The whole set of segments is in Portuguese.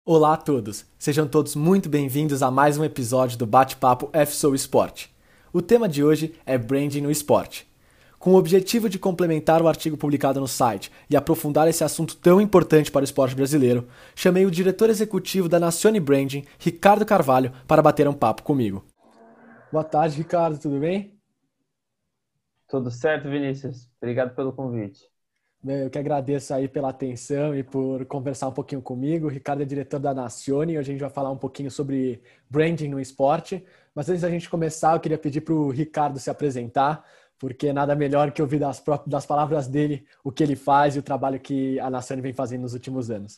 Olá a todos, sejam todos muito bem-vindos a mais um episódio do Bate-Papo FSou Sport. O tema de hoje é Branding no Esporte. Com o objetivo de complementar o artigo publicado no site e aprofundar esse assunto tão importante para o esporte brasileiro, chamei o diretor executivo da Nacione Branding, Ricardo Carvalho, para bater um papo comigo. Boa tarde, Ricardo, tudo bem? Tudo certo, Vinícius? Obrigado pelo convite. Bem, eu que agradeço aí pela atenção e por conversar um pouquinho comigo. O Ricardo é diretor da Nacione e hoje a gente vai falar um pouquinho sobre branding no esporte. Mas antes da gente começar, eu queria pedir para o Ricardo se apresentar, porque nada melhor que ouvir das palavras dele o que ele faz e o trabalho que a Nacione vem fazendo nos últimos anos.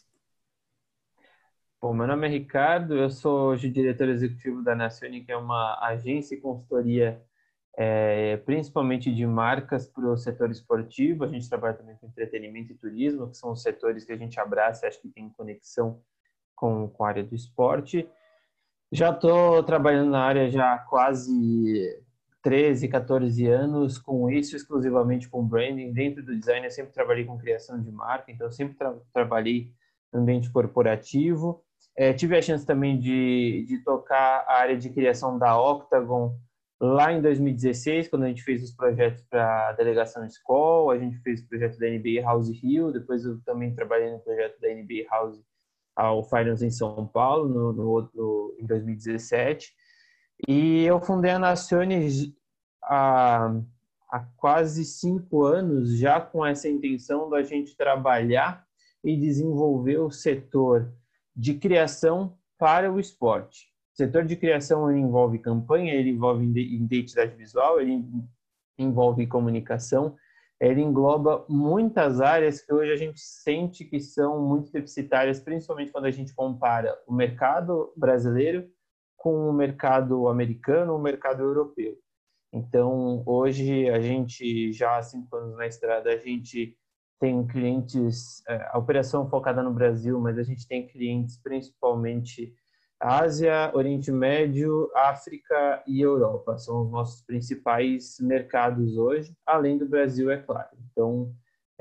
Bom, meu nome é Ricardo, eu sou hoje diretor executivo da Nacione, que é uma agência e consultoria principalmente de marcas para o setor esportivo. A gente trabalha também com entretenimento e turismo, que são os setores que a gente abraça e acho que tem conexão com a área do esporte. Já estou trabalhando na área já há quase 13, 14 anos, com isso exclusivamente com branding. Dentro do design eu sempre trabalhei com criação de marca, então eu sempre trabalhei no ambiente corporativo. Tive a chance também de tocar a área de criação da Octagon lá em 2016, quando a gente fez os projetos para a delegação Skol, a gente fez o projeto da NBA House Rio, depois eu também trabalhei no projeto da NBA House ao Finance em São Paulo, no outro, em 2017. E eu fundei a Naciones há, há quase 5 anos, já com essa intenção da gente trabalhar e desenvolver o setor de criação para o esporte. O setor de criação ele envolve campanha, ele envolve identidade visual, ele envolve comunicação, ele engloba muitas áreas que hoje a gente sente que são muito deficitárias, principalmente quando a gente compara o mercado brasileiro com o mercado americano ou o mercado europeu. Então, hoje, a gente, já há 5 anos na estrada, a gente tem clientes, a operação focada no Brasil, mas a gente tem clientes principalmente Ásia, Oriente Médio, África e Europa. São os nossos principais mercados hoje, além do Brasil, é claro. Então,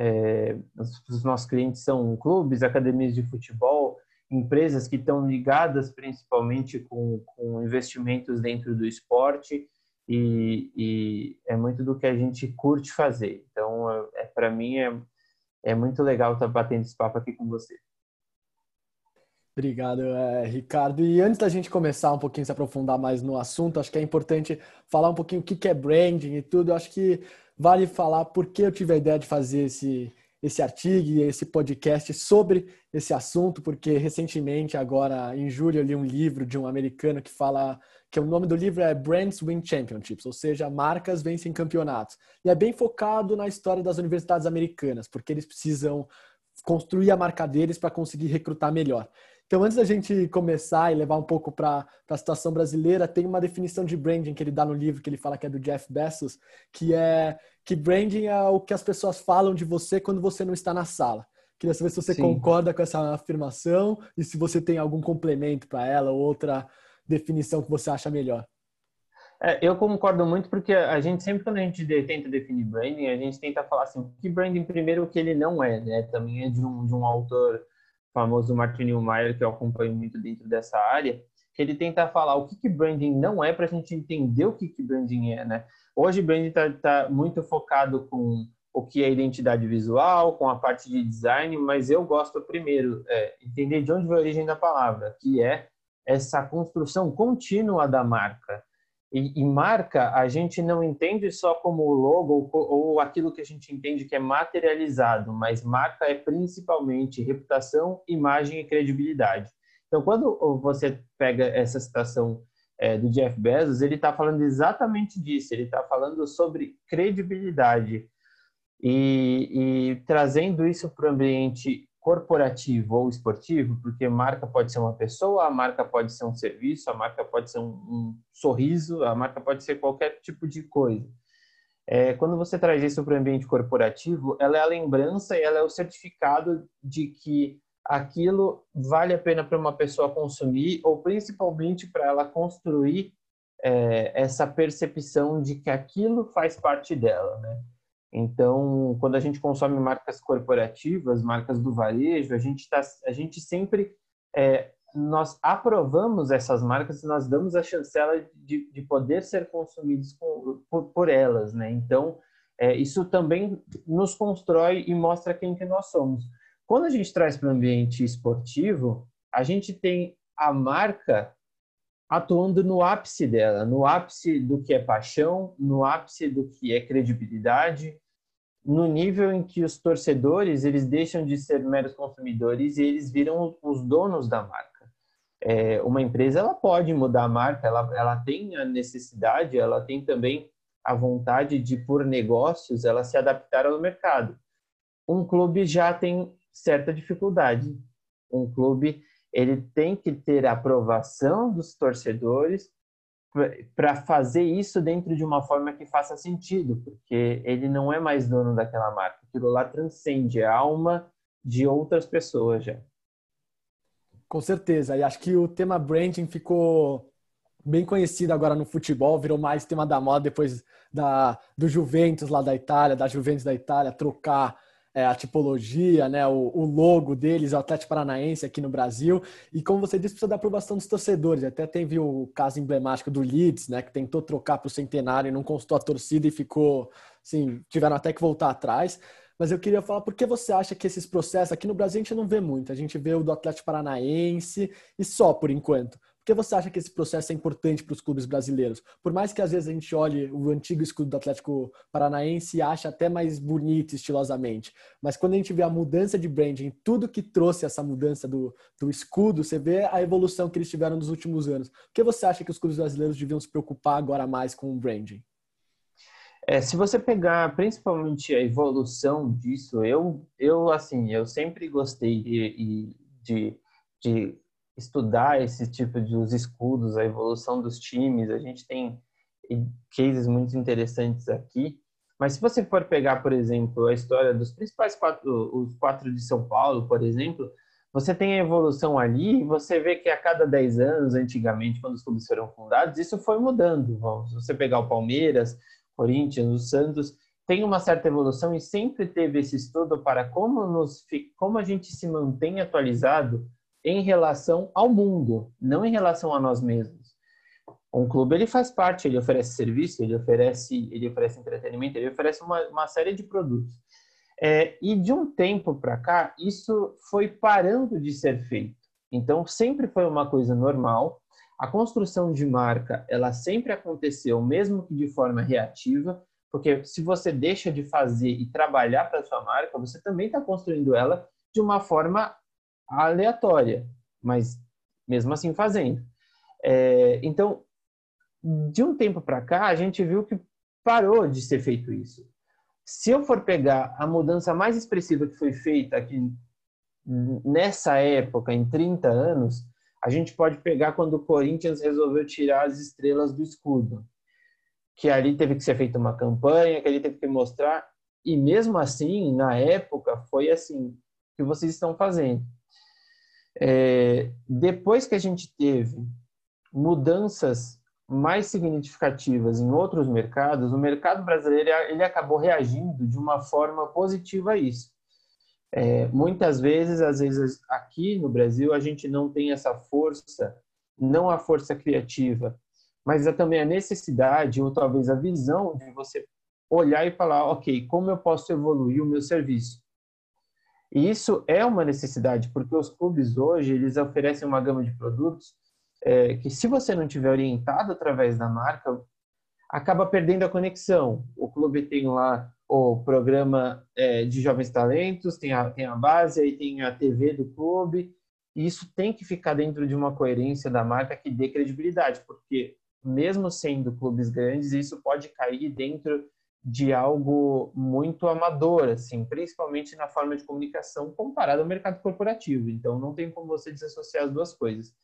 os nossos clientes são clubes, academias de futebol, empresas que estão ligadas principalmente com investimentos dentro do esporte e é muito do que a gente curte fazer. Então, para mim, é muito legal estar batendo esse papo aqui com você. Obrigado, Ricardo. E antes da gente começar um pouquinho, se aprofundar mais no assunto, acho que é importante falar um pouquinho o que é branding e tudo. Acho que vale falar por que eu tive a ideia de fazer esse artigo e esse podcast sobre esse assunto, porque recentemente, agora em julho, eu li um livro de um americano que fala que o nome do livro é Brands Win Championships, ou seja, marcas vencem campeonatos. E é bem focado na história das universidades americanas, porque eles precisam construir a marca deles para conseguir recrutar melhor. Então, antes da gente começar e levar um pouco para a situação brasileira, tem uma definição de branding que ele dá no livro, que ele fala que é do Jeff Bezos, que é que branding é o que as pessoas falam de você quando você não está na sala. Queria saber se você Sim. concorda com essa afirmação e se você tem algum complemento para ela ou outra definição que você acha melhor. Eu concordo muito porque a gente sempre, quando a gente tenta definir branding, a gente tenta falar assim, o que branding primeiro o que ele não é, né? Também é de um autor famoso, Martin Neumeier, que eu acompanho muito dentro dessa área, que ele tenta falar o que branding não é para a gente entender o que branding é, né? Hoje branding tá muito focado com o que é identidade visual, com a parte de design, mas eu gosto primeiro entender de onde vem a origem da palavra, que é essa construção contínua da marca. E marca, a gente não entende só como o logo ou aquilo que a gente entende que é materializado, mas marca é principalmente reputação, imagem e credibilidade. Então, quando você pega essa citação do Jeff Bezos, ele está falando exatamente disso, ele está falando sobre credibilidade e trazendo isso para o ambiente corporativo ou esportivo, porque marca pode ser uma pessoa, a marca pode ser um serviço, a marca pode ser um sorriso, a marca pode ser qualquer tipo de coisa. Quando você traz isso para o ambiente corporativo, ela é a lembrança e ela é o certificado de que aquilo vale a pena para uma pessoa consumir ou principalmente para ela construir essa percepção de que aquilo faz parte dela, né? Então, quando a gente consome marcas corporativas, marcas do varejo, a gente sempre nós aprovamos essas marcas e nós damos a chancela de poder ser consumidos por elas, né? Então, isso também nos constrói e mostra quem que nós somos. Quando a gente traz para o ambiente esportivo, a gente tem a marca atuando no ápice dela, no ápice do que é paixão, no ápice do que é credibilidade, no nível em que os torcedores eles deixam de ser meros consumidores e eles viram os donos da marca. Uma empresa ela pode mudar a marca, ela tem a necessidade, ela tem também a vontade de, por negócios, ela se adaptar ao mercado. Um clube já tem certa dificuldade. Um clube ele tem que ter a aprovação dos torcedores para fazer isso dentro de uma forma que faça sentido, porque ele não é mais dono daquela marca. Aquilo lá transcende a alma de outras pessoas já. Com certeza. E acho que o tema branding ficou bem conhecido agora no futebol, virou mais tema da moda depois do Juventus lá da Itália, da Juventus da Itália, trocar a tipologia, né, o logo deles, o Atlético Paranaense aqui no Brasil. E como você disse, precisa da aprovação dos torcedores. Até teve o caso emblemático do Leeds, né, que tentou trocar para o Centenário e não constou a torcida e ficou, assim, tiveram até que voltar atrás. Mas eu queria falar, por que você acha que esses processos, aqui no Brasil a gente não vê muito, a gente vê o do Atlético Paranaense e só por enquanto. Por que você acha que esse processo é importante para os clubes brasileiros? Por mais que às vezes a gente olhe o antigo escudo do Atlético Paranaense e ache até mais bonito estilosamente, mas quando a gente vê a mudança de branding, tudo que trouxe essa mudança do escudo, você vê a evolução que eles tiveram nos últimos anos. Por que você acha que os clubes brasileiros deviam se preocupar agora mais com o branding? Se você pegar principalmente a evolução disso, eu sempre gostei de estudar esse tipo de os escudos, a evolução dos times. A gente tem cases muito interessantes aqui. Mas se você for pegar, por exemplo, a história dos principais os quatro de São Paulo, por exemplo, você tem a evolução ali e você vê que a cada 10 anos, antigamente, quando os clubes foram fundados, isso foi mudando. Se você pegar o Palmeiras, Corinthians, o Santos, tem uma certa evolução e sempre teve esse estudo para como a gente se mantém atualizado em relação ao mundo, não em relação a nós mesmos. Um clube ele faz parte, ele oferece serviço, ele oferece entretenimento, ele oferece uma série de produtos. E de um tempo para cá, isso foi parando de ser feito. Então, sempre foi uma coisa normal. A construção de marca, ela sempre aconteceu, mesmo que de forma reativa, porque se você deixa de fazer e trabalhar para a sua marca, você também está construindo ela de uma forma aleatória, mas mesmo assim fazendo. Então, de um tempo para cá, a gente viu que parou de ser feito isso. Se eu for pegar a mudança mais expressiva que foi feita aqui nessa época, em 30 anos, a gente pode pegar quando o Corinthians resolveu tirar as estrelas do escudo. Que ali teve que ser feita uma campanha, que ali teve que mostrar, e mesmo assim, na época, foi assim que vocês estão fazendo. Depois que a gente teve mudanças mais significativas em outros mercados, o mercado brasileiro ele acabou reagindo de uma forma positiva a isso. Muitas vezes, às vezes aqui no Brasil, a gente não tem essa força, não a força criativa, mas também a necessidade ou talvez a visão de você olhar e falar, ok, como eu posso evoluir o meu serviço? E isso é uma necessidade, porque os clubes hoje, eles oferecem uma gama de produtos que se você não tiver orientado através da marca, acaba perdendo a conexão. O clube tem lá o programa de jovens talentos, tem a base, aí tem a TV do clube, e isso tem que ficar dentro de uma coerência da marca que dê credibilidade, porque mesmo sendo clubes grandes, isso pode cair dentro de algo muito amador, assim, principalmente na forma de comunicação comparado ao mercado corporativo. Então, não tem como você desassociar as duas coisas.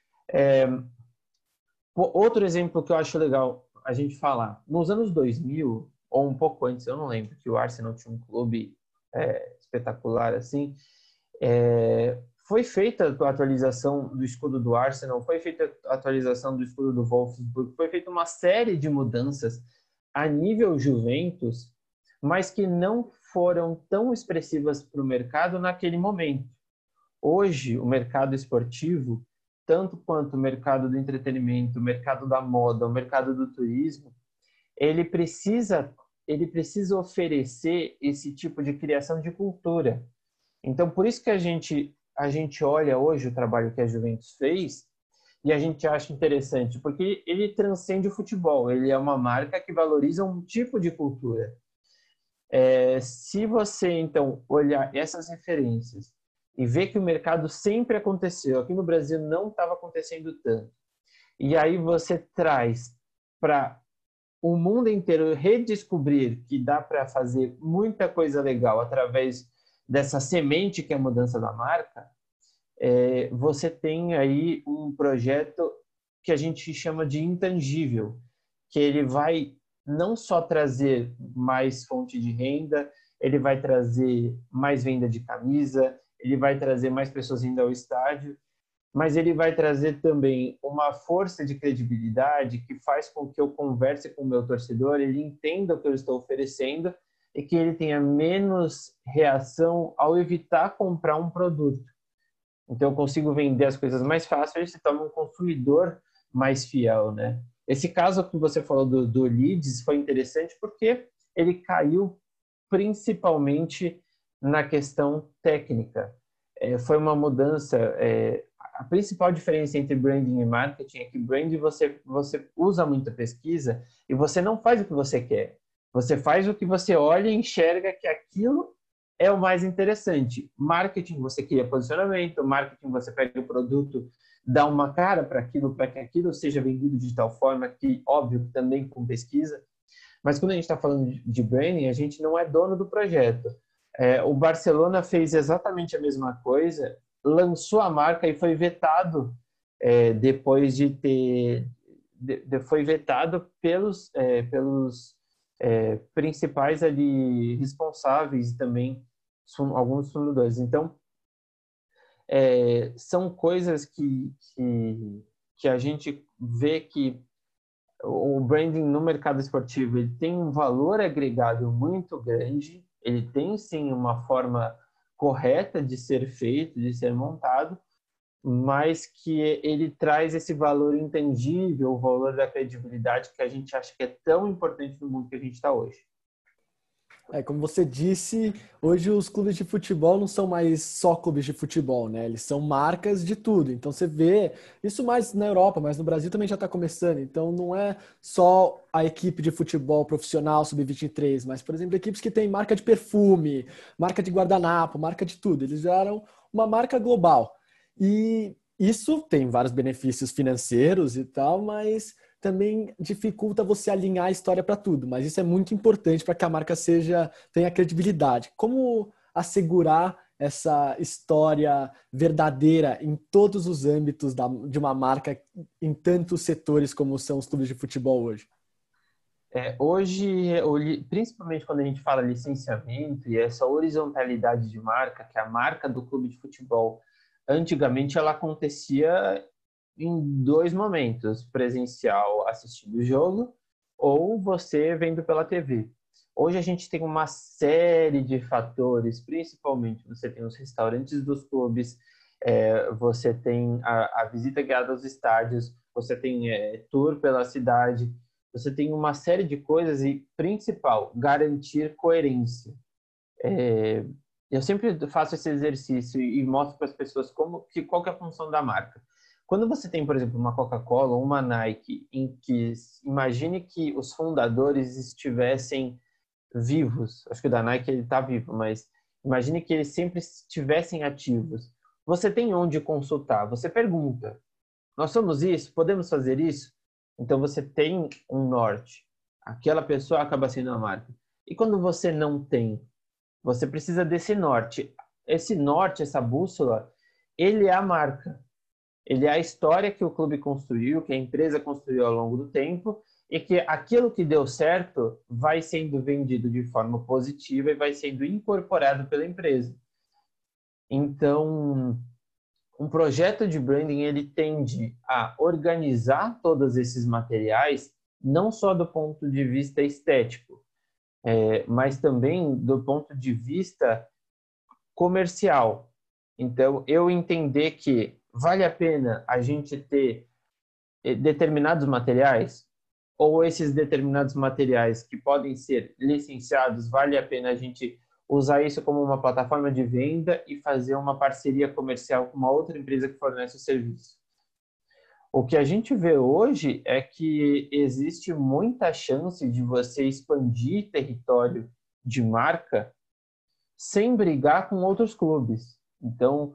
Outro exemplo que eu acho legal a gente falar, nos anos 2000, ou um pouco antes, eu não lembro, que o Arsenal tinha um clube espetacular assim, foi feita a atualização do escudo do Arsenal, foi feita a atualização do escudo do Wolfsburg, foi feita uma série de mudanças a nível Juventus, mas que não foram tão expressivas para o mercado naquele momento. Hoje, o mercado esportivo, tanto quanto o mercado do entretenimento, o mercado da moda, o mercado do turismo, ele precisa, ele precisa oferecer esse tipo de criação de cultura. Então, por isso que a gente olha hoje o trabalho que a Juventus fez e a gente acha interessante, porque ele transcende o futebol, ele é uma marca que valoriza um tipo de cultura. Se você, então, olhar essas referências e ver que o mercado sempre aconteceu, aqui no Brasil não estava acontecendo tanto, e aí você traz para o mundo inteiro redescobrir que dá para fazer muita coisa legal através dessa semente que é a mudança da marca, você tem aí um projeto que a gente chama de intangível, que ele vai não só trazer mais fonte de renda, ele vai trazer mais venda de camisa, ele vai trazer mais pessoas indo ao estádio, mas ele vai trazer também uma força de credibilidade que faz com que eu converse com o meu torcedor, ele entenda o que eu estou oferecendo e que ele tenha menos reação ao evitar comprar um produto. Então, eu consigo vender as coisas mais fácil e se torna um consumidor mais fiel, né? Esse caso que você falou do Leeds foi interessante porque ele caiu principalmente na questão técnica. Foi uma mudança. A principal diferença entre branding e marketing é que branding você usa muita pesquisa e você não faz o que você quer. Você faz o que você olha e enxerga que aquilo é o mais interessante. Marketing, você cria posicionamento, marketing, você pega o produto, dá uma cara para que aquilo seja vendido de tal forma que, óbvio, também com pesquisa. Mas quando a gente está falando de branding, a gente não é dono do projeto. O Barcelona fez exatamente a mesma coisa, lançou a marca e foi vetado depois de ter... foi vetado pelos principais ali responsáveis e também alguns fundadores. Então, são coisas que a gente vê que o branding no mercado esportivo ele tem um valor agregado muito grande, ele tem sim uma forma correta de ser feito, de ser montado, mas que ele traz esse valor intangível, o valor da credibilidade que a gente acha que é tão importante no mundo que a gente está hoje. Como você disse, hoje os clubes de futebol não são mais só clubes de futebol, né? Eles são marcas de tudo. Então você vê isso mais na Europa, mas no Brasil também já está começando. Então não é só a equipe de futebol profissional sub-23, mas, por exemplo, equipes que têm marca de perfume, marca de guardanapo, marca de tudo. Eles já eram uma marca global. E isso tem vários benefícios financeiros e tal, mas também dificulta você alinhar a história para tudo, mas isso é muito importante para que a marca tenha credibilidade. Como assegurar essa história verdadeira em todos os âmbitos de uma marca em tantos setores como são os clubes de futebol hoje? Hoje, principalmente quando a gente fala licenciamento e essa horizontalidade de marca, que é a marca do clube de futebol, antigamente ela acontecia em dois momentos, presencial assistindo o jogo ou você vendo pela TV. Hoje a gente tem uma série de fatores, principalmente você tem os restaurantes dos clubes, você tem a visita guiada aos estádios, você tem tour pela cidade, você tem uma série de coisas e, principal, garantir coerência. Eu sempre faço esse exercício e mostro para as pessoas qual que é a função da marca. Quando você tem, por exemplo, uma Coca-Cola ou uma Nike, em que imagine que os fundadores estivessem vivos, acho que o da Nike ele está vivo, mas imagine que eles sempre estivessem ativos. Você tem onde consultar, você pergunta, nós somos isso? Podemos fazer isso? Então você tem um norte. Aquela pessoa acaba sendo a marca. E quando você não tem, você precisa desse norte. Esse norte, essa bússola, ele é a marca. Ele é a história que o clube construiu, que a empresa construiu ao longo do tempo, e que aquilo que deu certo vai sendo vendido de forma positiva e vai sendo incorporado pela empresa. Então, um projeto de branding ele tende a organizar todos esses materiais, não só do ponto de vista estético, mas também do ponto de vista comercial. Então, eu entender que vale a pena a gente ter determinados materiais, ou esses determinados materiais que podem ser licenciados, vale a pena a gente usar isso como uma plataforma de venda e fazer uma parceria comercial com uma outra empresa que fornece o serviço. O que a gente vê hoje é que existe muita chance de você expandir território de marca sem brigar com outros clubes. Então,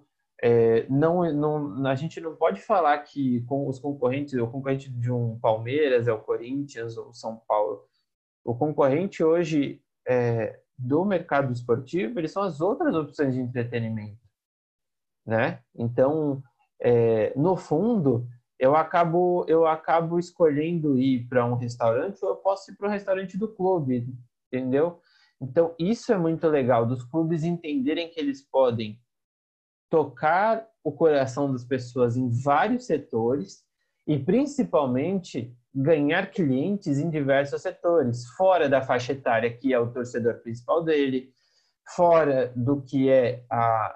a gente não pode falar que com os concorrentes, o concorrente de um Palmeiras é o Corinthians ou São Paulo. O concorrente hoje do mercado esportivo, eles são as outras opções de entretenimento, né? Então, no fundo, eu acabo escolhendo ir para um restaurante ou eu posso ir para o restaurante do clube, entendeu? Então, isso é muito legal, dos clubes entenderem que eles podem tocar o coração das pessoas em vários setores e, principalmente, ganhar clientes em diversos setores, fora da faixa etária, que é o torcedor principal dele, fora do que é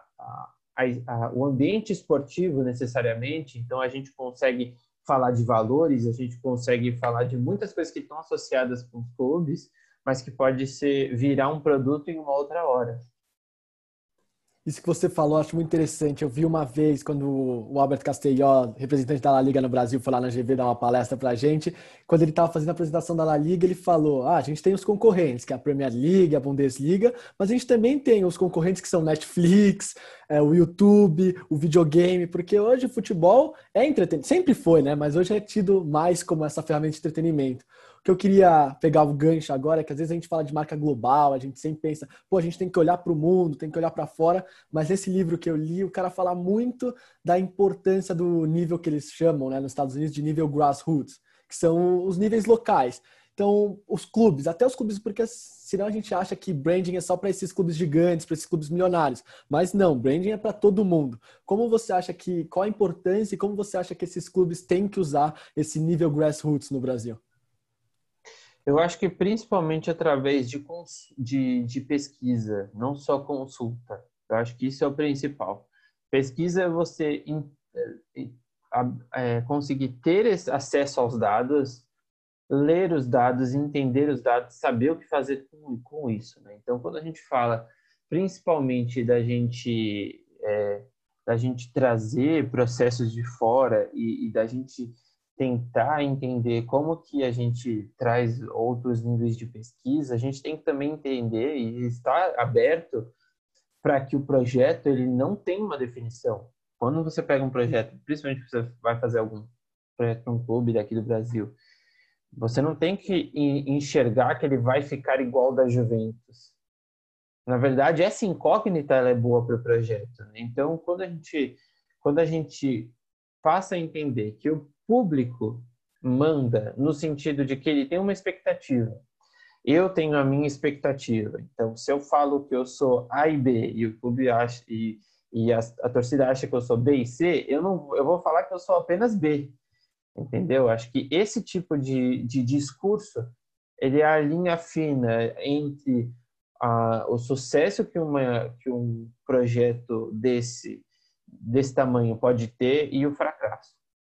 o ambiente esportivo necessariamente. Então, a gente consegue falar de valores, a gente consegue falar de muitas coisas que estão associadas com os clubes, mas que pode virar um produto em uma outra hora. Isso que você falou, acho muito interessante. Eu vi uma vez quando o Albert Castelló, representante da La Liga no Brasil, foi lá na GV dar uma palestra pra gente. Quando ele estava fazendo a apresentação da La Liga, ele falou: a gente tem os concorrentes, que é a Premier League, a Bundesliga, mas a gente também tem os concorrentes que são Netflix, o YouTube, o videogame, porque hoje o futebol é entretenimento. Sempre foi, né? Mas hoje é tido mais como essa ferramenta de entretenimento. O que eu queria pegar o gancho agora é que às vezes a gente fala de marca global, a gente sempre pensa, a gente tem que olhar para o mundo, tem que olhar para fora, mas nesse livro que eu li, o cara fala muito da importância do nível que eles chamam, né, nos Estados Unidos, de nível grassroots, que são os níveis locais. Então, os clubes, até os clubes, porque senão a gente acha que branding é só para esses clubes gigantes, para esses clubes milionários. Mas não, branding é para todo mundo. Como você acha qual a importância e como você acha que esses clubes têm que usar esse nível grassroots no Brasil? Eu acho que principalmente através de pesquisa, não só consulta. Eu acho que isso é o principal. Pesquisa é você conseguir ter esse acesso aos dados, ler os dados, entender os dados, saber o que fazer com isso, né? Então, quando a gente fala principalmente da gente trazer processos de fora e da gente tentar entender como que a gente traz outros níveis de pesquisa, a gente tem que também entender e estar aberto para que o projeto ele não tenha uma definição. Quando você pega um projeto, principalmente se você vai fazer algum projeto para um clube daqui do Brasil, você não tem que enxergar que ele vai ficar igual da Juventus. Na verdade, essa incógnita ela é boa para o projeto, né? Então, quando a gente passa a entender que o público manda no sentido de que ele tem uma expectativa, eu tenho a minha expectativa. Então, se eu falo que eu sou A e B e o clube acha e a torcida acha que eu sou B e C, eu vou falar que eu sou apenas B, entendeu? Acho que esse tipo de discurso ele é a linha fina entre o sucesso que um projeto desse tamanho pode ter e o fracasso.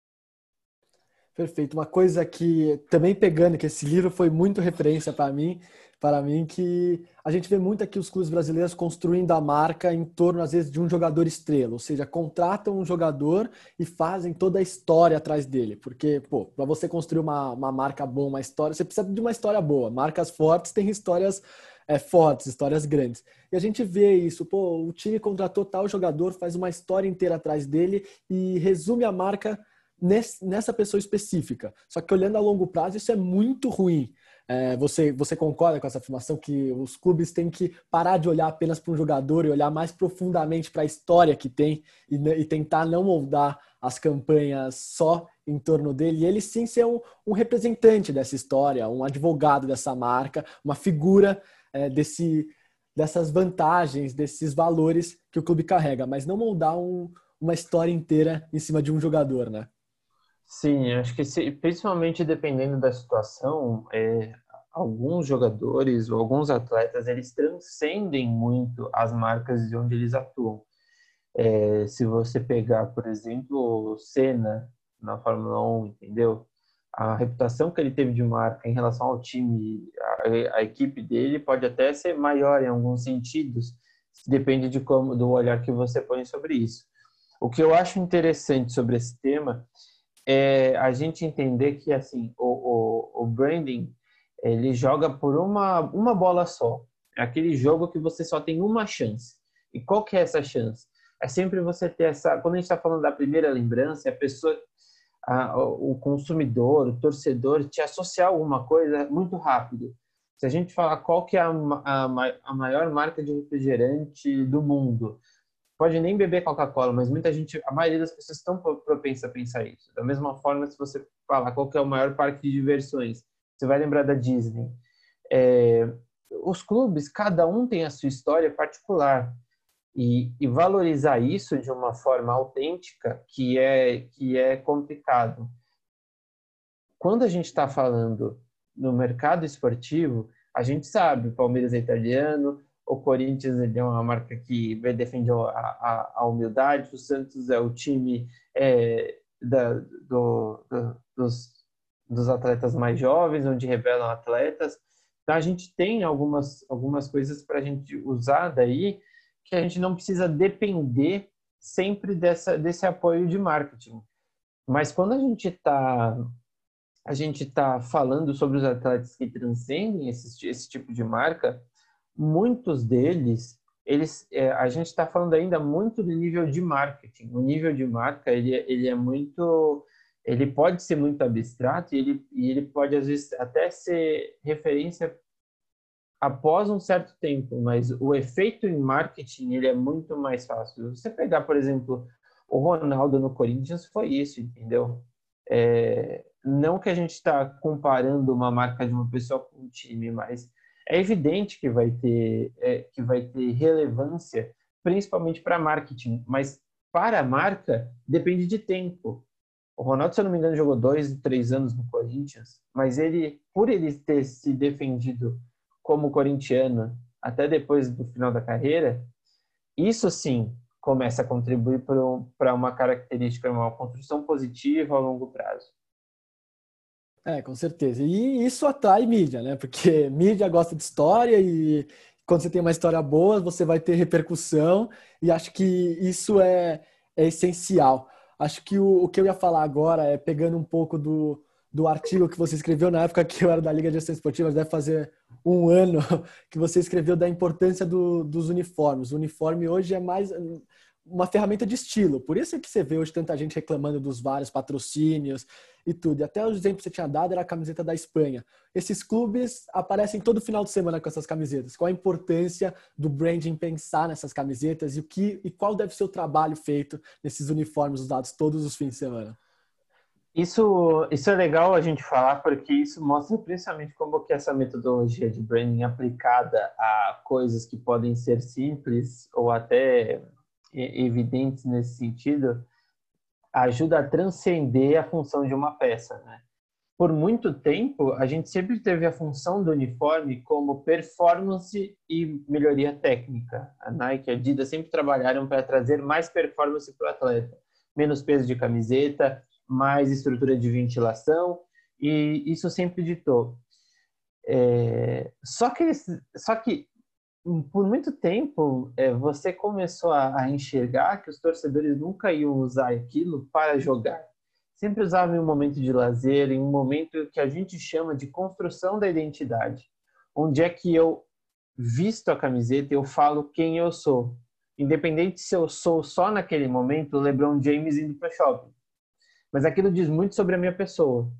Perfeito. Uma coisa que, também pegando, que esse livro foi muito referência para mim, que a gente vê muito aqui os clubes brasileiros construindo a marca em torno, às vezes, de um jogador estrela. Ou seja, contratam um jogador e fazem toda a história atrás dele. Porque, para você construir uma marca boa, uma história, você precisa de uma história boa. Marcas fortes têm histórias fortes, histórias grandes. E a gente vê isso, o time contratou tal jogador, faz uma história inteira atrás dele e resume a marca nessa pessoa específica. Só que olhando a longo prazo, isso é muito ruim. Você concorda com essa afirmação que os clubes têm que parar de olhar apenas para um jogador e olhar mais profundamente para a história que tem e tentar não moldar as campanhas só em torno dele, e ele sim ser um representante dessa história, um advogado dessa marca, uma figura dessas vantagens, desses valores que o clube carrega, mas não moldar uma história inteira em cima de um jogador, né? Sim, acho que principalmente dependendo da situação, alguns jogadores ou alguns atletas, eles transcendem muito as marcas de onde eles atuam. Se você pegar, por exemplo, o Senna na Fórmula 1, entendeu? A reputação que ele teve de marca em relação ao time, a equipe dele pode até ser maior em alguns sentidos, depende do olhar que você põe sobre isso. O que eu acho interessante sobre esse tema é a gente entender que assim o branding ele joga por uma bola só. É aquele jogo que você só tem uma chance. E qual que é essa chance? É sempre você ter essa. Quando a gente está falando da primeira lembrança, a pessoa, o consumidor, o torcedor, te associar a alguma coisa muito rápido. Se a gente falar qual que é a maior marca de refrigerante do mundo, pode nem beber Coca-Cola, mas muita gente, a maioria das pessoas estão propensa a pensar isso. Da mesma forma, se você falar qual que é o maior parque de diversões, você vai lembrar da Disney. É, os clubes, cada um tem a sua história particular e valorizar isso de uma forma autêntica que é complicado. Quando a gente está falando no mercado esportivo, a gente sabe, o Palmeiras é italiano, o Corinthians ele é uma marca que defende a humildade, o Santos é o time dos atletas mais jovens, onde revelam atletas. Então, a gente tem algumas coisas para a gente usar daí que a gente não precisa depender sempre desse apoio de marketing. Mas quando a gente está falando sobre os atletas que transcendem esse tipo de marca, muitos deles, a gente está falando ainda muito do nível de marketing. O nível de marca, ele é muito, ele pode ser muito abstrato e ele pode, às vezes, até ser referência após um certo tempo, mas o efeito em marketing, ele é muito mais fácil. Você pegar, por exemplo, o Ronaldo no Corinthians foi isso, entendeu? Não que a gente está comparando uma marca de uma pessoa com um time, mas é evidente que vai ter relevância, principalmente para marketing, mas para a marca depende de tempo. O Ronaldo, se eu não me engano, jogou 2, 3 anos no Corinthians, mas por ele ter se defendido como corintiano até depois do final da carreira, isso sim começa a contribuir para uma característica, uma construção positiva a longo prazo. Com certeza. E isso atrai mídia, né? Porque mídia gosta de história e quando você tem uma história boa, você vai ter repercussão e acho que isso é essencial. Acho que o que eu ia falar agora é pegando um pouco do artigo que você escreveu na época que eu era da Liga de Gestão Esportiva, deve fazer um ano que você escreveu da importância dos uniformes. O uniforme hoje é mais uma ferramenta de estilo. Por isso é que você vê hoje tanta gente reclamando dos vários patrocínios e tudo. E até o exemplo que você tinha dado era a camiseta da Espanha. Esses clubes aparecem todo final de semana com essas camisetas. Qual a importância do branding pensar nessas camisetas e qual deve ser o trabalho feito nesses uniformes usados todos os fins de semana? Isso é legal a gente falar porque isso mostra principalmente como que essa metodologia de branding aplicada a coisas que podem ser simples ou até evidentes nesse sentido ajuda a transcender a função de uma peça, né? Por muito tempo, a gente sempre teve a função do uniforme como performance e melhoria técnica. A Nike e a Adidas sempre trabalharam para trazer mais performance para o atleta. Menos peso de camiseta, mais estrutura de ventilação, e isso sempre ditou. Só que por muito tempo, você começou a enxergar que os torcedores nunca iam usar aquilo para jogar. Sempre usavam em um momento de lazer, em um momento que a gente chama de construção da identidade. Onde é que eu visto a camiseta e eu falo quem eu sou. Independente se eu sou só naquele momento o LeBron James indo para o shopping. Mas aquilo diz muito sobre a minha pessoa.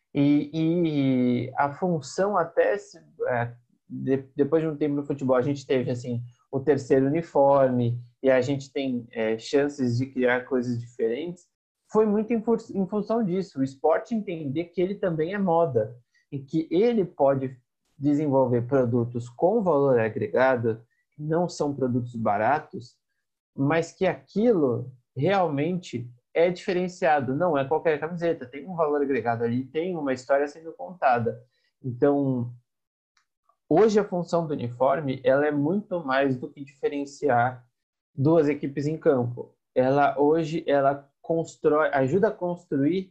E a função depois de um tempo no futebol, a gente teve assim o terceiro uniforme e a gente tem chances de criar coisas diferentes. Foi muito em função disso, o esporte entender que ele também é moda e que ele pode desenvolver produtos com valor agregado, que não são produtos baratos, mas que aquilo realmente é diferenciado. Não é qualquer camiseta, tem um valor agregado ali, tem uma história sendo contada. Então, hoje a função do uniforme ela é muito mais do que diferenciar duas equipes em campo. Ela hoje ela constrói, ajuda a construir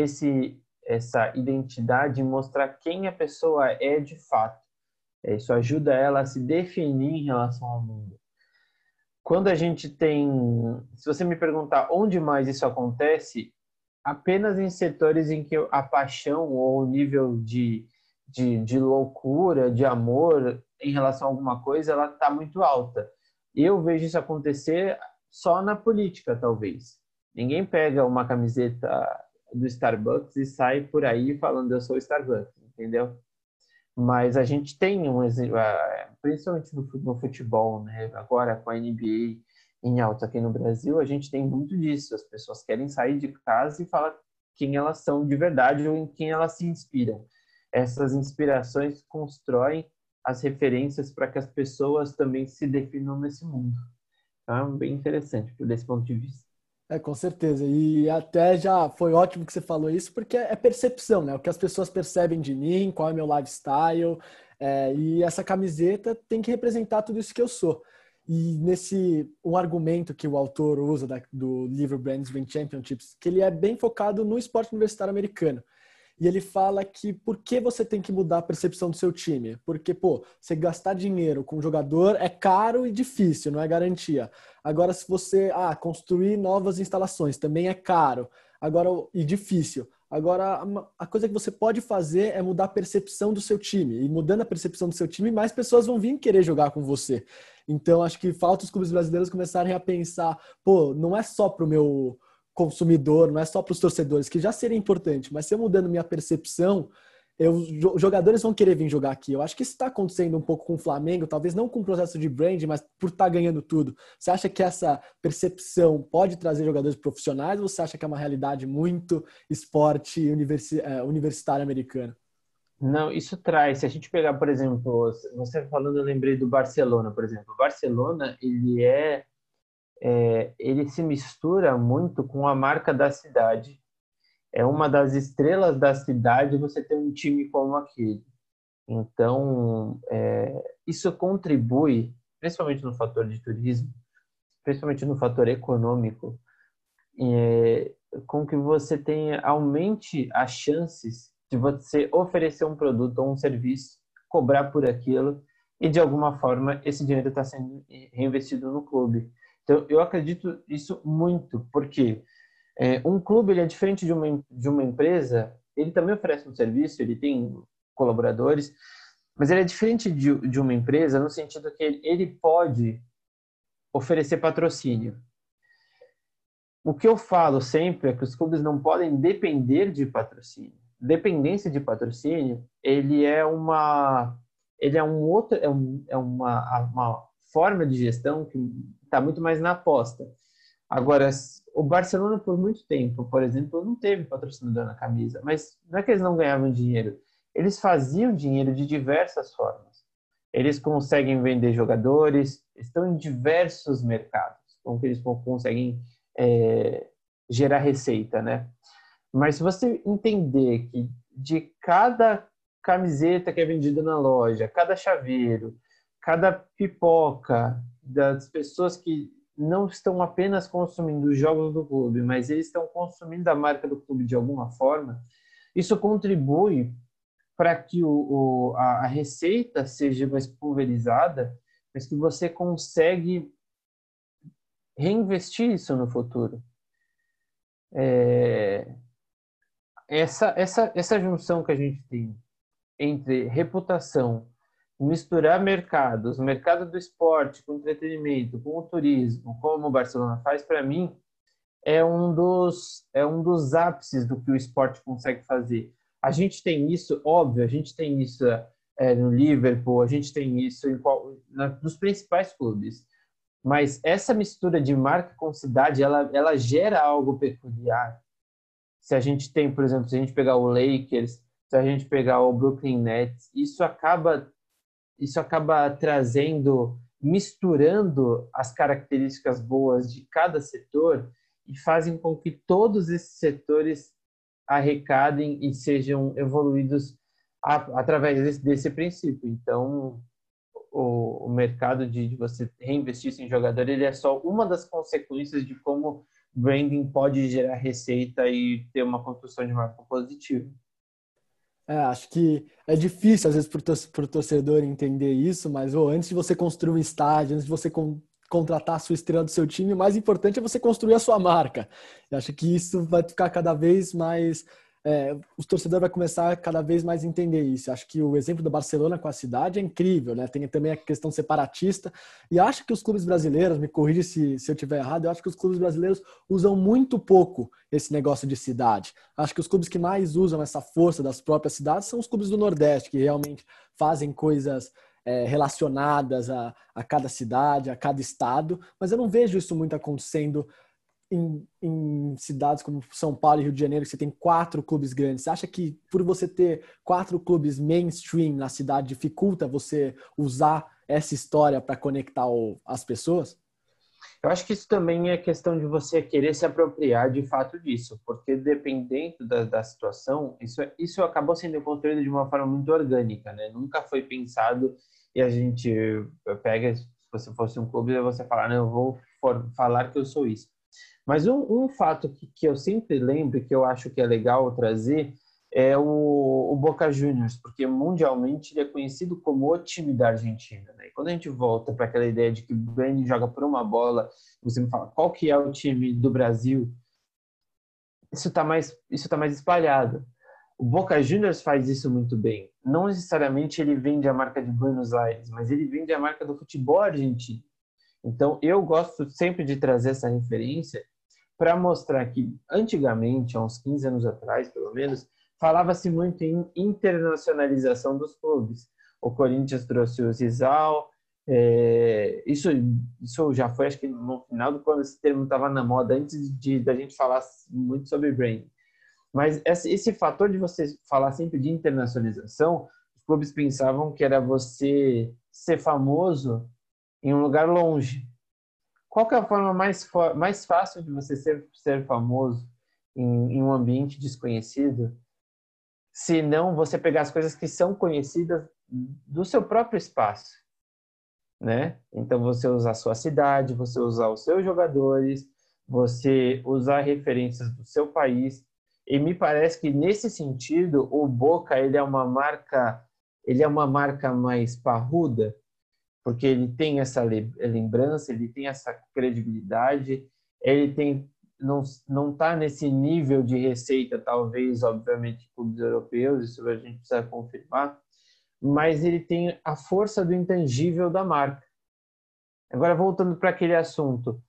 essa identidade e mostrar quem a pessoa é de fato. Isso ajuda ela a se definir em relação ao mundo. Quando a gente tem, se você me perguntar onde mais isso acontece, apenas em setores em que a paixão ou o nível de loucura, de amor em relação a alguma coisa, ela está muito alta. Eu vejo isso acontecer só na política, talvez. Ninguém pega uma camiseta do Starbucks e sai por aí falando eu sou Starbucks, entendeu? Mas a gente tem um exemplo, principalmente no futebol, né? Agora com a NBA em alta aqui no Brasil, a gente tem muito disso. As pessoas querem sair de casa e falar quem elas são de verdade ou em quem elas se inspiram. Essas inspirações constroem as referências para que as pessoas também se definam nesse mundo. Então, é bem interessante desse ponto de vista. Com certeza. E até já foi ótimo que você falou isso, porque é percepção, né? O que as pessoas percebem de mim, qual é o meu lifestyle. E essa camiseta tem que representar tudo isso que eu sou. E um argumento que o autor usa do livro Brands Win Championships, que ele é bem focado no esporte universitário americano. E ele fala que por que você tem que mudar a percepção do seu time? Porque, pô, você gastar dinheiro com um jogador é caro e difícil, não é garantia. Agora, se você construir novas instalações, também é caro e difícil. Agora, a coisa que você pode fazer é mudar a percepção do seu time. E mudando a percepção do seu time, mais pessoas vão vir querer jogar com você. Então, acho que falta os clubes brasileiros começarem a pensar, pô, não é só pro meu consumidor, não é só para os torcedores, que já seria importante, mas se eu mudando minha percepção, os jogadores vão querer vir jogar aqui. Eu acho que isso está acontecendo um pouco com o Flamengo, talvez não com o processo de brand, mas por estar ganhando tudo. Você acha que essa percepção pode trazer jogadores profissionais ou você acha que é uma realidade muito esporte universitário americano? Não, isso traz. Se a gente pegar, por exemplo, você falando, eu lembrei do Barcelona, por exemplo. O Barcelona, ele se mistura muito com a marca da cidade. É uma das estrelas da cidade você ter um time como aquele. Então, isso contribui, principalmente no fator de turismo, principalmente no fator econômico, com que você aumente as chances de você oferecer um produto ou um serviço, cobrar por aquilo e, de alguma forma, esse dinheiro está sendo reinvestido no clube. Então, eu acredito isso muito, porque um clube ele é diferente de uma empresa, ele também oferece um serviço, ele tem colaboradores, mas ele é diferente de uma empresa no sentido que ele pode oferecer patrocínio. O que eu falo sempre é que os clubes não podem depender de patrocínio. Dependência de patrocínio, ele é um outro, é uma forma de gestão que está muito mais na aposta. Agora, o Barcelona por muito tempo, por exemplo, não teve patrocinador na camisa, mas não é que eles não ganhavam dinheiro, eles faziam dinheiro de diversas formas. Eles conseguem vender jogadores, estão em diversos mercados, com que eles conseguem gerar receita, né? Mas se você entender que de cada camiseta que é vendida na loja, cada chaveiro, cada pipoca das pessoas que não estão apenas consumindo os jogos do clube, mas eles estão consumindo a marca do clube de alguma forma, isso contribui para que a receita seja mais pulverizada, mas que você consegue reinvestir isso no futuro. Essa junção que a gente tem entre reputação, misturar mercados, o mercado do esporte com o entretenimento, com o turismo, como o Barcelona faz, para mim, é um dos ápices do que o esporte consegue fazer. A gente tem isso, óbvio, a gente tem isso no Liverpool, a gente tem isso nos principais clubes. Mas essa mistura de marca com cidade, ela gera algo peculiar. Se a gente tem, por exemplo, se a gente pegar o Lakers, se a gente pegar o Brooklyn Nets, isso acaba trazendo, misturando as características boas de cada setor e fazem com que todos esses setores arrecadem e sejam evoluídos através desse princípio. Então, o mercado de você reinvestir em jogador, ele é só uma das consequências de como branding pode gerar receita e ter uma construção de marca positiva. Acho que é difícil, às vezes, para o torcedor entender isso, mas antes de você construir um estádio, antes de você contratar a sua estrela do seu time, o mais importante é você construir a sua marca. Eu acho que isso vai ficar cada vez mais... os torcedores vão começar a cada vez mais a entender isso. Eu acho que o exemplo do Barcelona com a cidade é incrível, né? Tem também a questão separatista. E acho que os clubes brasileiros, me corrija se eu estiver errado, eu acho que os clubes brasileiros usam muito pouco esse negócio de cidade. Acho que os clubes que mais usam essa força das próprias cidades são os clubes do Nordeste, que realmente fazem coisas relacionadas a cada cidade, a cada estado, mas eu não vejo isso muito acontecendo em cidades como São Paulo e Rio de Janeiro, que você tem 4 clubes grandes. Você acha que por você ter 4 clubes mainstream na cidade dificulta você usar essa história para conectar as pessoas? Eu acho que isso também é questão de você querer se apropriar de fato disso, porque dependendo da situação, isso acabou sendo construído de uma forma muito orgânica, né? Nunca foi pensado e a gente pega, se você fosse um clube, você falar, não, eu vou falar que eu sou isso. Mas um fato que eu sempre lembro e que eu acho que é legal trazer é o Boca Juniors, porque mundialmente ele é conhecido como o time da Argentina, né? E quando a gente volta para aquela ideia de que o branding joga por uma bola, você me fala qual que é o time do Brasil, isso tá mais espalhado. O Boca Juniors faz isso muito bem. Não necessariamente ele vende a marca de Buenos Aires, mas ele vende a marca do futebol argentino. Então, eu gosto sempre de trazer essa referência para mostrar que, antigamente, há uns 15 anos atrás, pelo menos, falava-se muito em internacionalização dos clubes. O Corinthians trouxe o Zizal, isso já foi, acho que no final do quando esse termo estava na moda, antes da gente falar muito sobre branding. Mas esse fator de você falar sempre de internacionalização, os clubes pensavam que era você ser famoso em um lugar longe. Qual que é a forma mais fácil de você ser famoso em um ambiente desconhecido, se não você pegar as coisas que são conhecidas do seu próprio espaço, né? Então, você usar a sua cidade, você usar os seus jogadores, você usar referências do seu país. E me parece que, nesse sentido, o Boca ele é uma marca mais parruda, porque ele tem essa lembrança, ele tem essa credibilidade, ele não está nesse nível de receita, talvez, obviamente, clubes europeus, isso a gente precisa confirmar, mas ele tem a força do intangível da marca. Agora, voltando para aquele assunto,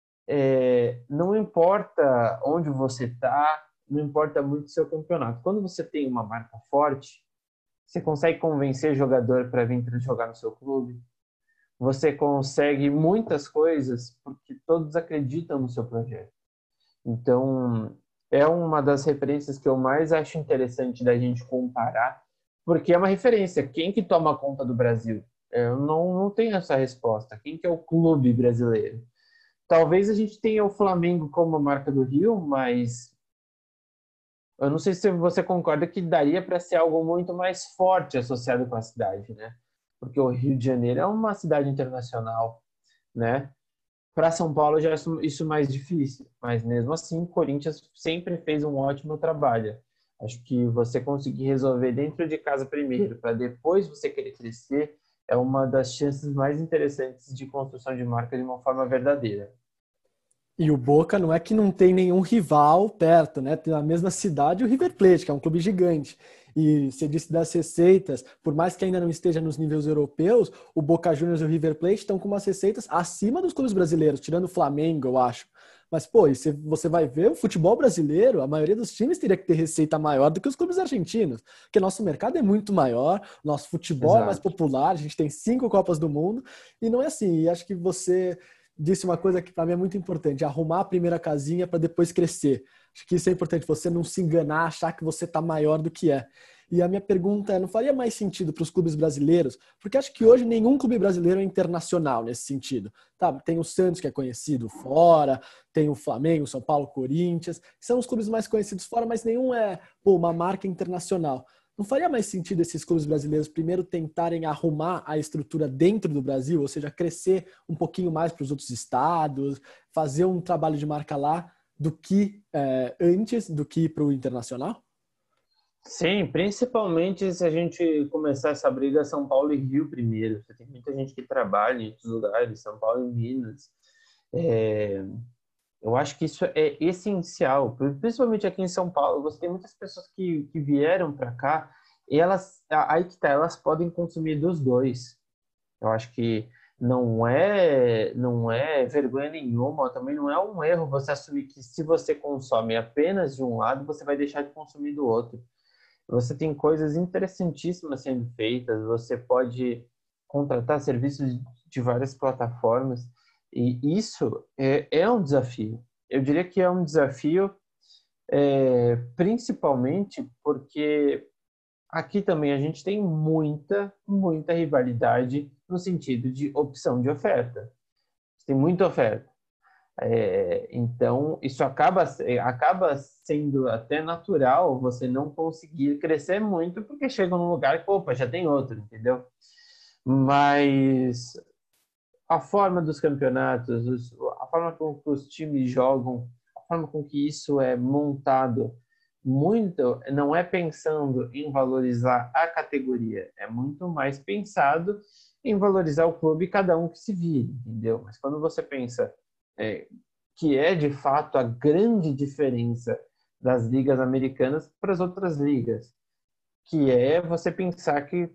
não importa onde você está, não importa muito o seu campeonato. Quando você tem uma marca forte, você consegue convencer jogador para vir jogar no seu clube, você consegue muitas coisas porque todos acreditam no seu projeto. Então, é uma das referências que eu mais acho interessante da gente comparar, porque é uma referência. Quem que toma conta do Brasil? Eu não tenho essa resposta. Quem que é o clube brasileiro? Talvez a gente tenha o Flamengo como marca do Rio, mas eu não sei se você concorda que daria para ser algo muito mais forte associado com a cidade, né? Porque o Rio de Janeiro é uma cidade internacional, né? Para São Paulo já é isso mais difícil, mas mesmo assim o Corinthians sempre fez um ótimo trabalho. Acho que você conseguir resolver dentro de casa primeiro, para depois você querer crescer, é uma das chances mais interessantes de construção de marca de uma forma verdadeira. E o Boca não é que não tem nenhum rival perto, né? Tem na mesma cidade o River Plate, que é um clube gigante. E você disse das receitas, por mais que ainda não esteja nos níveis europeus, o Boca Juniors e o River Plate estão com umas receitas acima dos clubes brasileiros, tirando o Flamengo, eu acho. Mas, pô, e você vai ver o futebol brasileiro, a maioria dos times teria que ter receita maior do que os clubes argentinos, porque nosso mercado é muito maior, nosso futebol é mais Exato. popular, a gente tem 5 Copas do Mundo, e não é assim. E acho que você disse uma coisa que para mim é muito importante: arrumar a primeira casinha para depois crescer. Acho que isso é importante, você não se enganar, achar que você está maior do que é. E a minha pergunta é, não faria mais sentido para os clubes brasileiros? Porque acho que hoje nenhum clube brasileiro é internacional nesse sentido. Tá, tem o Santos, que é conhecido fora, tem o Flamengo, São Paulo, Corinthians, são os clubes mais conhecidos fora, mas nenhum é uma marca internacional. não faria mais sentido esses clubes brasileiros primeiro tentarem arrumar a estrutura dentro do Brasil, ou seja, crescer um pouquinho mais para os outros estados, fazer um trabalho de marca lá, do que antes, do que ir para o internacional? Sim, principalmente se a gente começar essa briga São Paulo e Rio primeiro. Você tem muita gente que trabalha em outros lugares, São Paulo e Minas. É, eu acho que isso é essencial, principalmente aqui em São Paulo. Você tem muitas pessoas que vieram para cá e aí que tá, elas podem consumir dos dois. Eu acho que não é vergonha nenhuma, também não é um erro você assumir que se você consome apenas de um lado, você vai deixar de consumir do outro. Você tem coisas interessantíssimas sendo feitas, você pode contratar serviços de várias plataformas, e isso é um desafio. Eu diria que é um desafio, principalmente porque aqui também a gente tem muita, muita rivalidade no sentido de opção de oferta. Tem muita oferta. Então, isso acaba sendo até natural você não conseguir crescer muito, porque chega num lugar que, opa, já tem outro, entendeu? Mas a forma dos campeonatos, a forma com que os times jogam, a forma com que isso é montado, muito não é pensando em valorizar a categoria, é muito mais pensado em valorizar o clube e cada um que se vire, entendeu? Mas quando você pensa é, que é de fato a grande diferença das ligas americanas para as outras ligas, que é você pensar que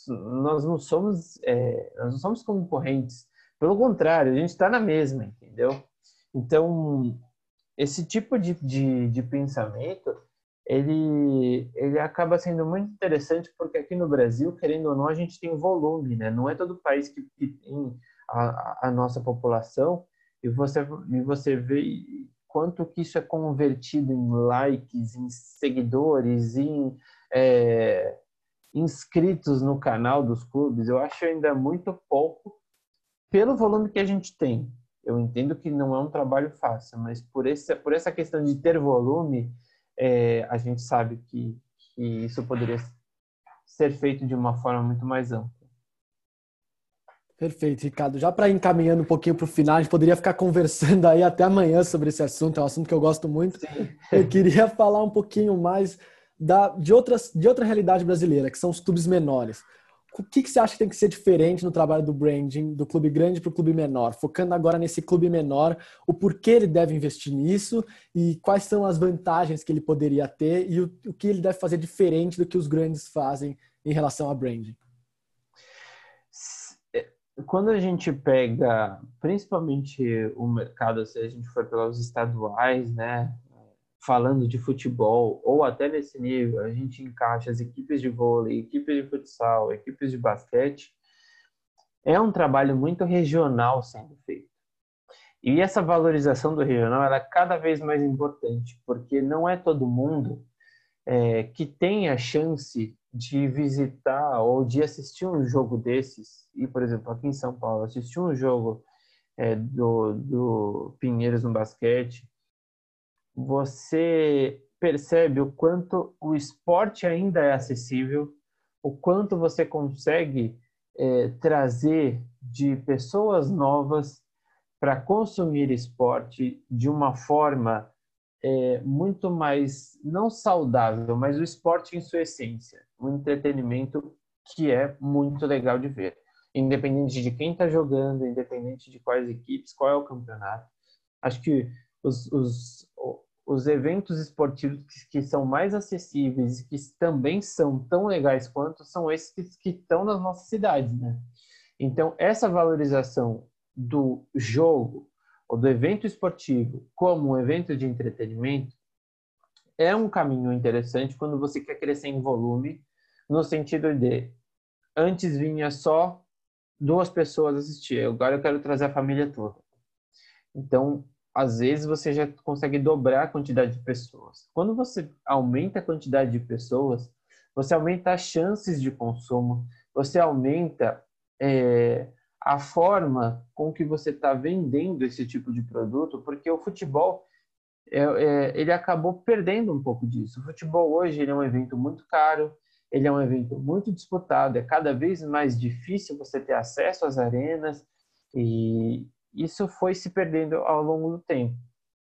nós não somos concorrentes, pelo contrário, a gente está na mesma, entendeu? Então, esse tipo de pensamento, ele acaba sendo muito interessante, porque aqui no Brasil, querendo ou não, a gente tem volume, né? Não é todo país que tem a nossa população, e você vê quanto que isso é convertido em likes, em seguidores, em é, inscritos no canal dos clubes. Eu acho ainda muito pouco pelo volume que a gente tem. Eu entendo que não é um trabalho fácil, mas por essa questão de ter volume, a gente sabe que isso poderia ser feito de uma forma muito mais ampla. Perfeito, Ricardo. Já para encaminhando um pouquinho para o final, a gente poderia ficar conversando aí até amanhã sobre esse assunto, é um assunto que eu gosto muito. Sim. Eu queria falar um pouquinho mais de outra realidade brasileira, que são os clubes menores. O que você acha que tem que ser diferente no trabalho do branding, do clube grande para o clube menor? Focando agora nesse clube menor, o porquê ele deve investir nisso e quais são as vantagens que ele poderia ter e o que ele deve fazer diferente do que os grandes fazem em relação a branding. Quando a gente pega, principalmente o mercado, se a gente for pelos estaduais, né, falando de futebol, ou até nesse nível, a gente encaixa as equipes de vôlei, equipes de futsal, equipes de basquete, é um trabalho muito regional sendo feito. E essa valorização do regional ela é cada vez mais importante, porque não é todo mundo que tem a chance de visitar ou de assistir um jogo desses. E, por exemplo, aqui em São Paulo, assistir um jogo do Pinheiros no basquete, você percebe o quanto o esporte ainda é acessível, o quanto você consegue trazer de pessoas novas para consumir esporte de uma forma muito mais, não saudável, mas o esporte em sua essência, um entretenimento que é muito legal de ver, independente de quem está jogando, independente de quais equipes, qual é o campeonato. Acho que os eventos esportivos que são mais acessíveis e que também são tão legais quanto são esses que estão nas nossas cidades, né? Então, essa valorização do jogo ou do evento esportivo como um evento de entretenimento é um caminho interessante quando você quer crescer em volume, no sentido de antes vinha só 2 pessoas assistir, agora eu quero trazer a família toda. Então, às vezes você já consegue dobrar a quantidade de pessoas. Quando você aumenta a quantidade de pessoas, você aumenta as chances de consumo, você aumenta a forma com que você está vendendo esse tipo de produto, porque o futebol ele acabou perdendo um pouco disso. O futebol hoje ele é um evento muito caro, ele é um evento muito disputado, é cada vez mais difícil você ter acesso às arenas e isso foi se perdendo ao longo do tempo.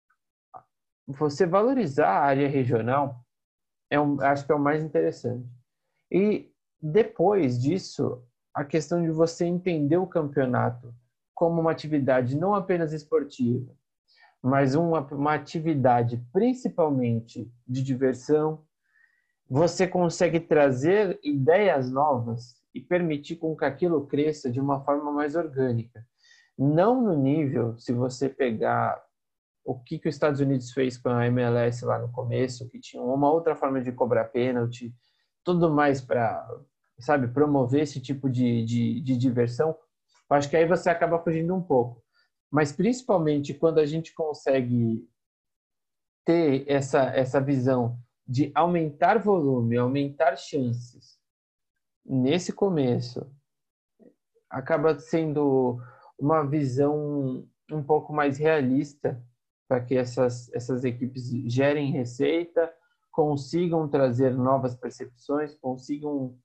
Você valorizar a área regional acho que é o mais interessante. E depois disso, a questão de você entender o campeonato como uma atividade não apenas esportiva, mas uma atividade principalmente de diversão, você consegue trazer ideias novas e permitir com que aquilo cresça de uma forma mais orgânica. Não no nível, se você pegar o que os Estados Unidos fez com a MLS lá no começo, que tinha uma outra forma de cobrar pênalti, tudo mais para, sabe, promover esse tipo de diversão, eu acho que aí você acaba fugindo um pouco. Mas principalmente quando a gente consegue ter essa visão de aumentar volume, aumentar chances nesse começo, acaba sendo uma visão um pouco mais realista para que essas equipes gerem receita, consigam trazer novas percepções, consigam,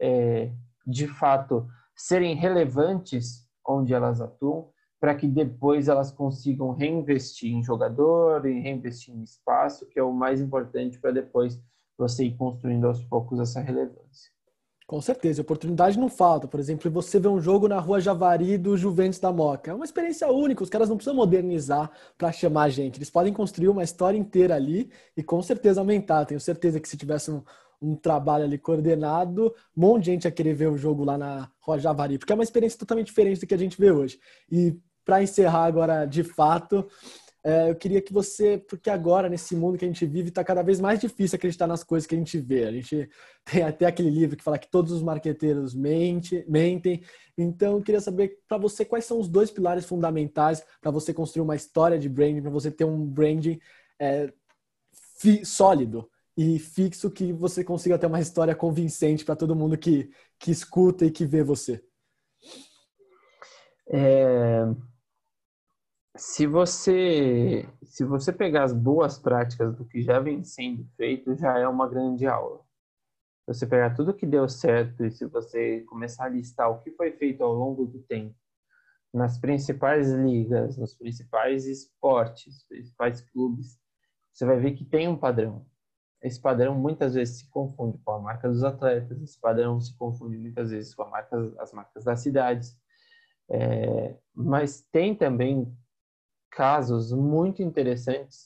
de fato, serem relevantes onde elas atuam, para que depois elas consigam reinvestir em jogador e reinvestir em espaço, que é o mais importante para depois você ir construindo aos poucos essa relevância. Com certeza, oportunidade não falta. Por exemplo, você vê um jogo na Rua Javari do Juventus da Moca. É uma experiência única, os caras não precisam modernizar para chamar a gente. Eles podem construir uma história inteira ali e com certeza aumentar. Tenho certeza que se tivesse um trabalho ali coordenado, um monte de gente ia querer ver o jogo lá na Rua Javari, porque é uma experiência totalmente diferente do que a gente vê hoje. E para encerrar agora de fato, eu queria que você, porque agora nesse mundo que a gente vive está cada vez mais difícil acreditar nas coisas que a gente vê. A gente tem até aquele livro que fala que todos os marqueteiros mentem. Então eu queria saber para você quais são os 2 pilares fundamentais para você construir uma história de branding, para você ter um branding sólido e fixo, que você consiga ter uma história convincente para todo mundo que escuta e que vê você. Se você pegar as boas práticas do que já vem sendo feito, já é uma grande aula. Se você pegar tudo que deu certo e se você começar a listar o que foi feito ao longo do tempo, nas principais ligas, nos principais esportes, principais clubes, você vai ver que tem um padrão. Esse padrão muitas vezes se confunde com a marca dos atletas, esse padrão se confunde muitas vezes com as marcas das cidades. Mas tem também casos muito interessantes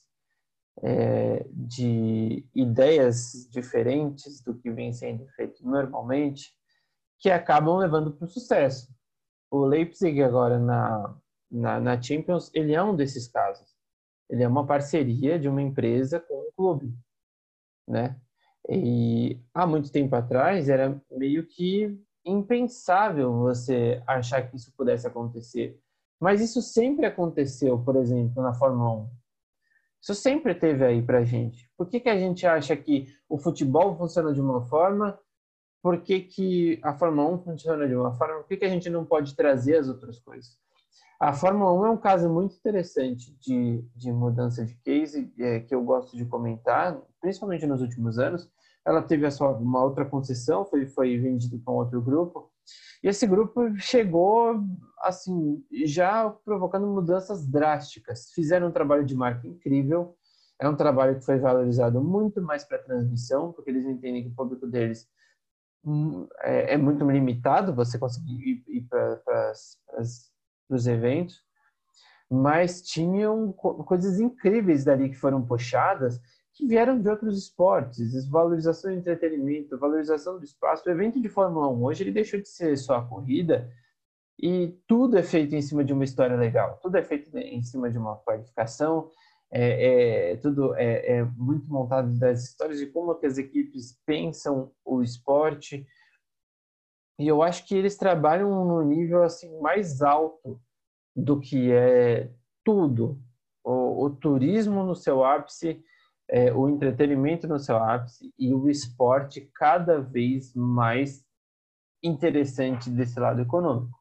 de ideias diferentes do que vem sendo feito normalmente, que acabam levando para o sucesso. O Leipzig agora na Champions, ele é um desses casos. Ele é uma parceria de uma empresa com um clube, né? E há muito tempo atrás era meio que impensável você achar que isso pudesse acontecer. Mas isso sempre aconteceu, por exemplo, na Fórmula 1. Isso sempre teve aí pra gente. Por que a gente acha que o futebol funciona de uma forma? Por que a Fórmula 1 funciona de uma forma? Por que a gente não pode trazer as outras coisas? A Fórmula 1 é um caso muito interessante de mudança de case, que eu gosto de comentar, principalmente nos últimos anos. Ela teve uma outra concessão, foi vendido para um outro grupo, e esse grupo chegou assim, já provocando mudanças drásticas. Fizeram um trabalho de marca incrível, é um trabalho que foi valorizado muito mais para a transmissão, porque eles entendem que o público deles é muito limitado, você conseguir ir para os eventos, mas tinham coisas incríveis dali que foram puxadas, que vieram de outros esportes, valorização do entretenimento, valorização do espaço. O evento de Fórmula 1 hoje ele deixou de ser só a corrida e tudo é feito em cima de uma história legal, tudo é feito em cima de uma qualificação, tudo é muito montado das histórias de como que as equipes pensam o esporte. E eu acho que eles trabalham no nível assim mais alto do que é tudo. O turismo no seu ápice, o entretenimento no seu ápice e o esporte cada vez mais interessante desse lado econômico.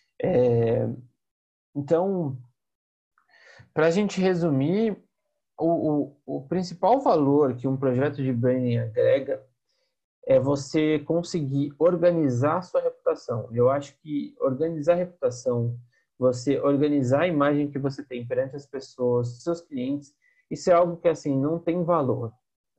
Então, para a gente resumir, o principal valor que um projeto de branding agrega é você conseguir organizar a sua reputação. Eu acho que organizar a reputação, você organizar a imagem que você tem perante as pessoas, seus clientes, isso é algo que assim não tem valor.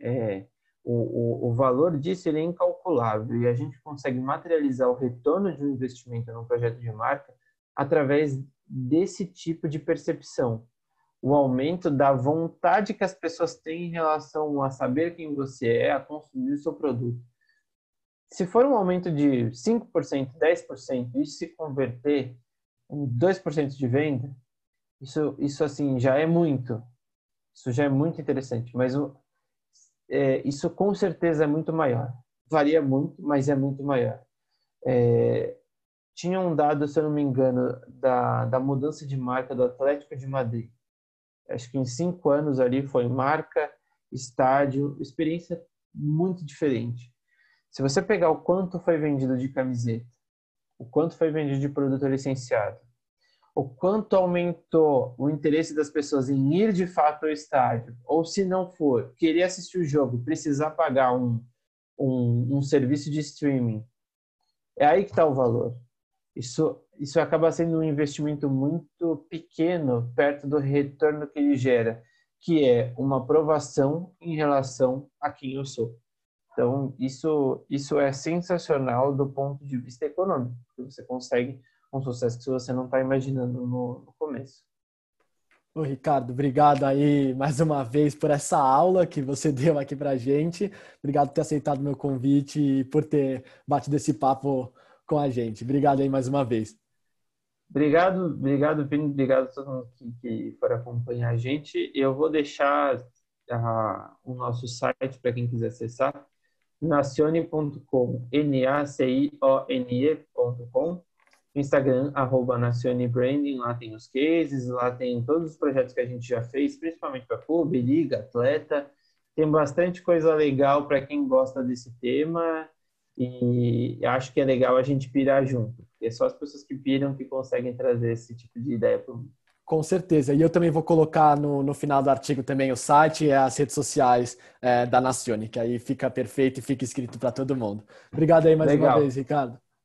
O valor disso ele é incalculável e a gente consegue materializar o retorno de um investimento num projeto de marca através desse tipo de percepção. O aumento da vontade que as pessoas têm em relação a saber quem você é, a consumir o seu produto. Se for um aumento de 5%, 10%, e se converter em 2% de venda, isso assim já é muito. Isso já é muito interessante, mas isso com certeza é muito maior. Varia muito, mas é muito maior. Tinha um dado, se eu não me engano, da mudança de marca do Atlético de Madrid. Acho que em 5 anos ali foi marca, estádio, experiência muito diferente. Se você pegar o quanto foi vendido de camiseta, o quanto foi vendido de produto licenciado, o quanto aumentou o interesse das pessoas em ir de fato ao estádio, ou se não for, querer assistir o jogo, precisar pagar um serviço de streaming, é aí que está o valor. Isso acaba sendo um investimento muito pequeno perto do retorno que ele gera, que é uma aprovação em relação a quem eu sou. Então, isso é sensacional do ponto de vista econômico, porque você consegue um sucesso que você não está imaginando no começo. Ô, Ricardo, obrigado aí mais uma vez por essa aula que você deu aqui pra gente. Obrigado por ter aceitado meu convite e por ter batido esse papo com a gente. Obrigado aí mais uma vez. Obrigado, Vini, obrigado a todo mundo que for acompanhar a gente. Eu vou deixar o nosso site para quem quiser acessar, nacione.com, nacione.com, Instagram, @nacionebranding, lá tem os cases, lá tem todos os projetos que a gente já fez, principalmente para clube, liga, atleta, tem bastante coisa legal para quem gosta desse tema e acho que é legal a gente pirar junto, porque é só as pessoas que piram que conseguem trazer esse tipo de ideia para o mundo. Com certeza. E eu também vou colocar no final do artigo também o site e as redes sociais da Nacione, que aí fica perfeito e fica escrito para todo mundo. Obrigado aí mais uma Legal. vez, Ricardo.